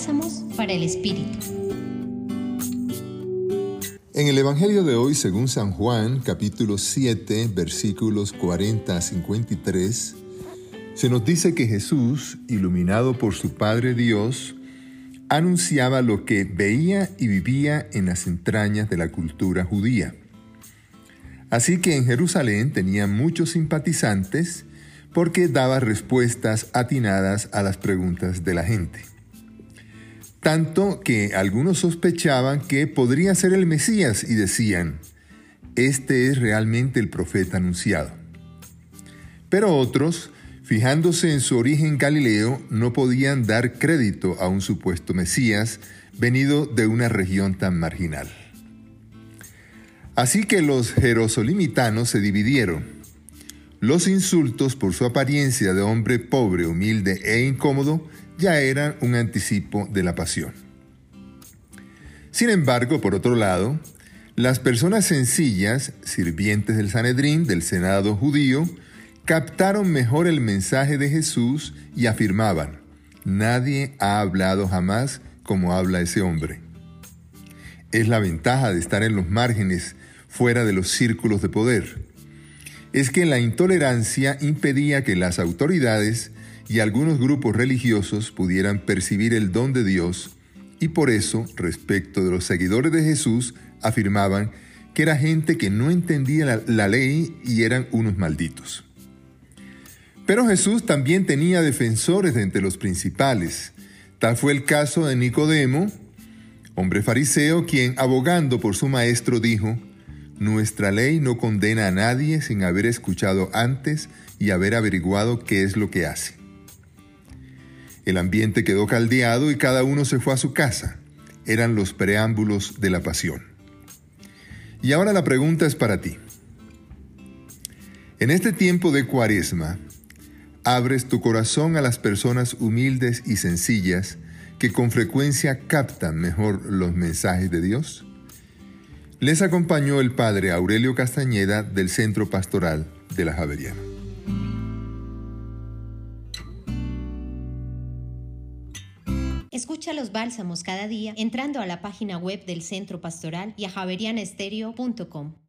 Bálsamos para el Espíritu. En el Evangelio de hoy, según San Juan, capítulo 7, versículos 40 a 53, se nos dice que Jesús, iluminado por su Padre Dios, anunciaba lo que veía y vivía en las entrañas de la cultura judía. Así que en Jerusalén tenía muchos simpatizantes porque daba respuestas atinadas a las preguntas de la gente. Tanto que algunos sospechaban que podría ser el Mesías y decían, este es realmente el profeta anunciado. Pero otros, fijándose en su origen galileo, no podían dar crédito a un supuesto Mesías venido de una región tan marginal. Así que los jerosolimitanos se dividieron. Los insultos por su apariencia de hombre pobre, humilde e incómodo ya eran un anticipo de la pasión. Sin embargo, por otro lado, las personas sencillas, sirvientes del Sanedrín, del Senado judío, captaron mejor el mensaje de Jesús y afirmaban, nadie ha hablado jamás como habla ese hombre. Es la ventaja de estar en los márgenes, fuera de los círculos de poder. Es que la intolerancia impedía que las autoridades y algunos grupos religiosos pudieran percibir el don de Dios, y por eso, respecto de los seguidores de Jesús, afirmaban que era gente que no entendía la ley y eran unos malditos. Pero Jesús también tenía defensores de entre los principales. Tal fue el caso de Nicodemo, hombre fariseo, quien, abogando por su maestro, dijo, nuestra ley no condena a nadie sin haber escuchado antes y haber averiguado qué es lo que hace. El ambiente quedó caldeado y cada uno se fue a su casa. Eran los preámbulos de la pasión. Y ahora la pregunta es para ti. En este tiempo de Cuaresma, ¿abres tu corazón a las personas humildes y sencillas que con frecuencia captan mejor los mensajes de Dios? Les acompañó el padre Aurelio Castañeda del Centro Pastoral de la Javeriana. Escucha los bálsamos cada día entrando a la página web del Centro Pastoral y a javerianestereo.com.